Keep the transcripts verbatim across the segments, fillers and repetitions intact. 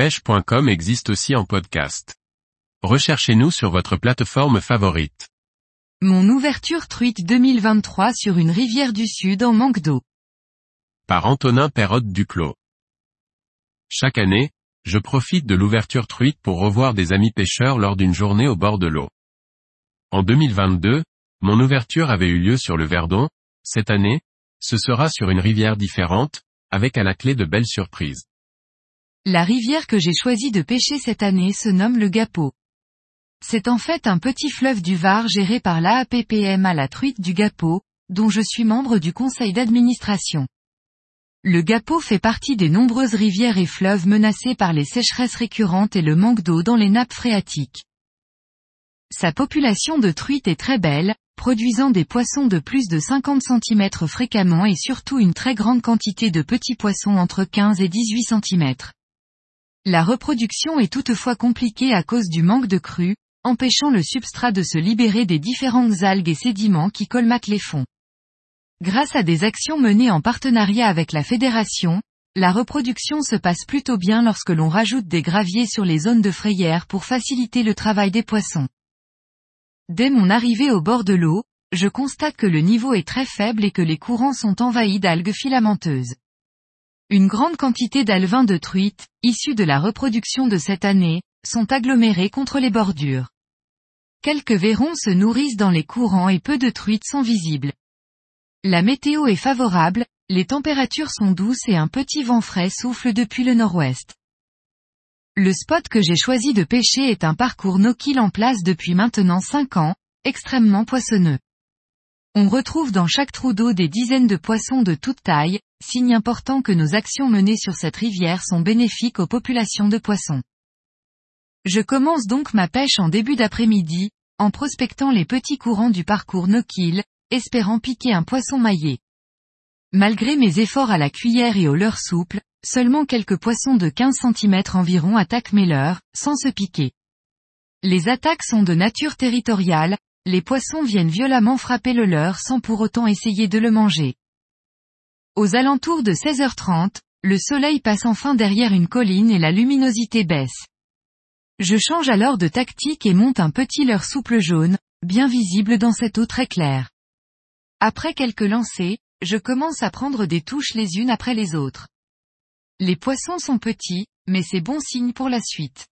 pêche point com existe aussi en podcast. Recherchez-nous sur votre plateforme favorite. Mon ouverture truite deux mille vingt-trois sur une rivière du Sud en manque d'eau. Par Antonin Perrotte Duclos. Chaque année, je profite de l'ouverture truite pour revoir des amis pêcheurs lors d'une journée au bord de l'eau. En deux mille vingt-deux, mon ouverture avait eu lieu sur le Verdon. Cette année, ce sera sur une rivière différente, avec à la clé de belles surprises. La rivière que j'ai choisi de pêcher cette année se nomme le Gapeau. C'est en fait un petit fleuve du Var géré par l'A A P P M à la truite du Gapeau, dont je suis membre du conseil d'administration. Le Gapeau fait partie des nombreuses rivières et fleuves menacés par les sécheresses récurrentes et le manque d'eau dans les nappes phréatiques. Sa population de truites est très belle, produisant des poissons de plus de cinquante centimètres fréquemment et surtout une très grande quantité de petits poissons entre quinze et dix-huit centimètres. La reproduction est toutefois compliquée à cause du manque de crues, empêchant le substrat de se libérer des différentes algues et sédiments qui colmatent les fonds. Grâce à des actions menées en partenariat avec la fédération, la reproduction se passe plutôt bien lorsque l'on rajoute des graviers sur les zones de frayère pour faciliter le travail des poissons. Dès mon arrivée au bord de l'eau, je constate que le niveau est très faible et que les courants sont envahis d'algues filamenteuses. Une grande quantité d'alevins de truite, issus de la reproduction de cette année, sont agglomérés contre les bordures. Quelques vairons se nourrissent dans les courants et peu de truites sont visibles. La météo est favorable, les températures sont douces et un petit vent frais souffle depuis le nord-ouest. Le spot que j'ai choisi de pêcher est un parcours no-kill en place depuis maintenant cinq ans, extrêmement poissonneux. On retrouve dans chaque trou d'eau des dizaines de poissons de toute taille, signe important que nos actions menées sur cette rivière sont bénéfiques aux populations de poissons. Je commence donc ma pêche en début d'après-midi, en prospectant les petits courants du parcours no-kill, espérant piquer un poisson maillé. Malgré mes efforts à la cuillère et au leurre souple, seulement quelques poissons de quinze centimètres environ attaquent mes leurres, sans se piquer. Les attaques sont de nature territoriale, les poissons viennent violemment frapper le leurre sans pour autant essayer de le manger. Aux alentours de seize heures trente, le soleil passe enfin derrière une colline et la luminosité baisse. Je change alors de tactique et monte un petit leurre souple jaune, bien visible dans cette eau très claire. Après quelques lancers, je commence à prendre des touches les unes après les autres. Les poissons sont petits, mais c'est bon signe pour la suite.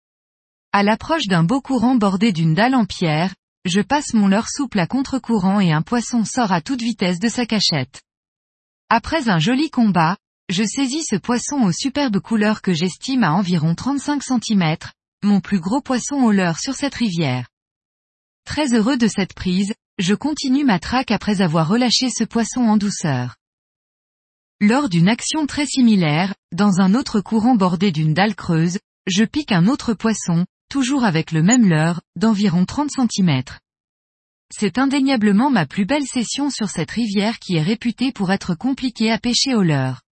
À l'approche d'un beau courant bordé d'une dalle en pierre, je passe mon leurre souple à contre-courant et un poisson sort à toute vitesse de sa cachette. Après un joli combat, je saisis ce poisson aux superbes couleurs que j'estime à environ trente-cinq centimètres, mon plus gros poisson au leurre sur cette rivière. Très heureux de cette prise, je continue ma traque après avoir relâché ce poisson en douceur. Lors d'une action très similaire, dans un autre courant bordé d'une dalle creuse, je pique un autre poisson, toujours avec le même leurre, d'environ trente centimètres. C'est indéniablement ma plus belle session sur cette rivière qui est réputée pour être compliquée à pêcher au leurre.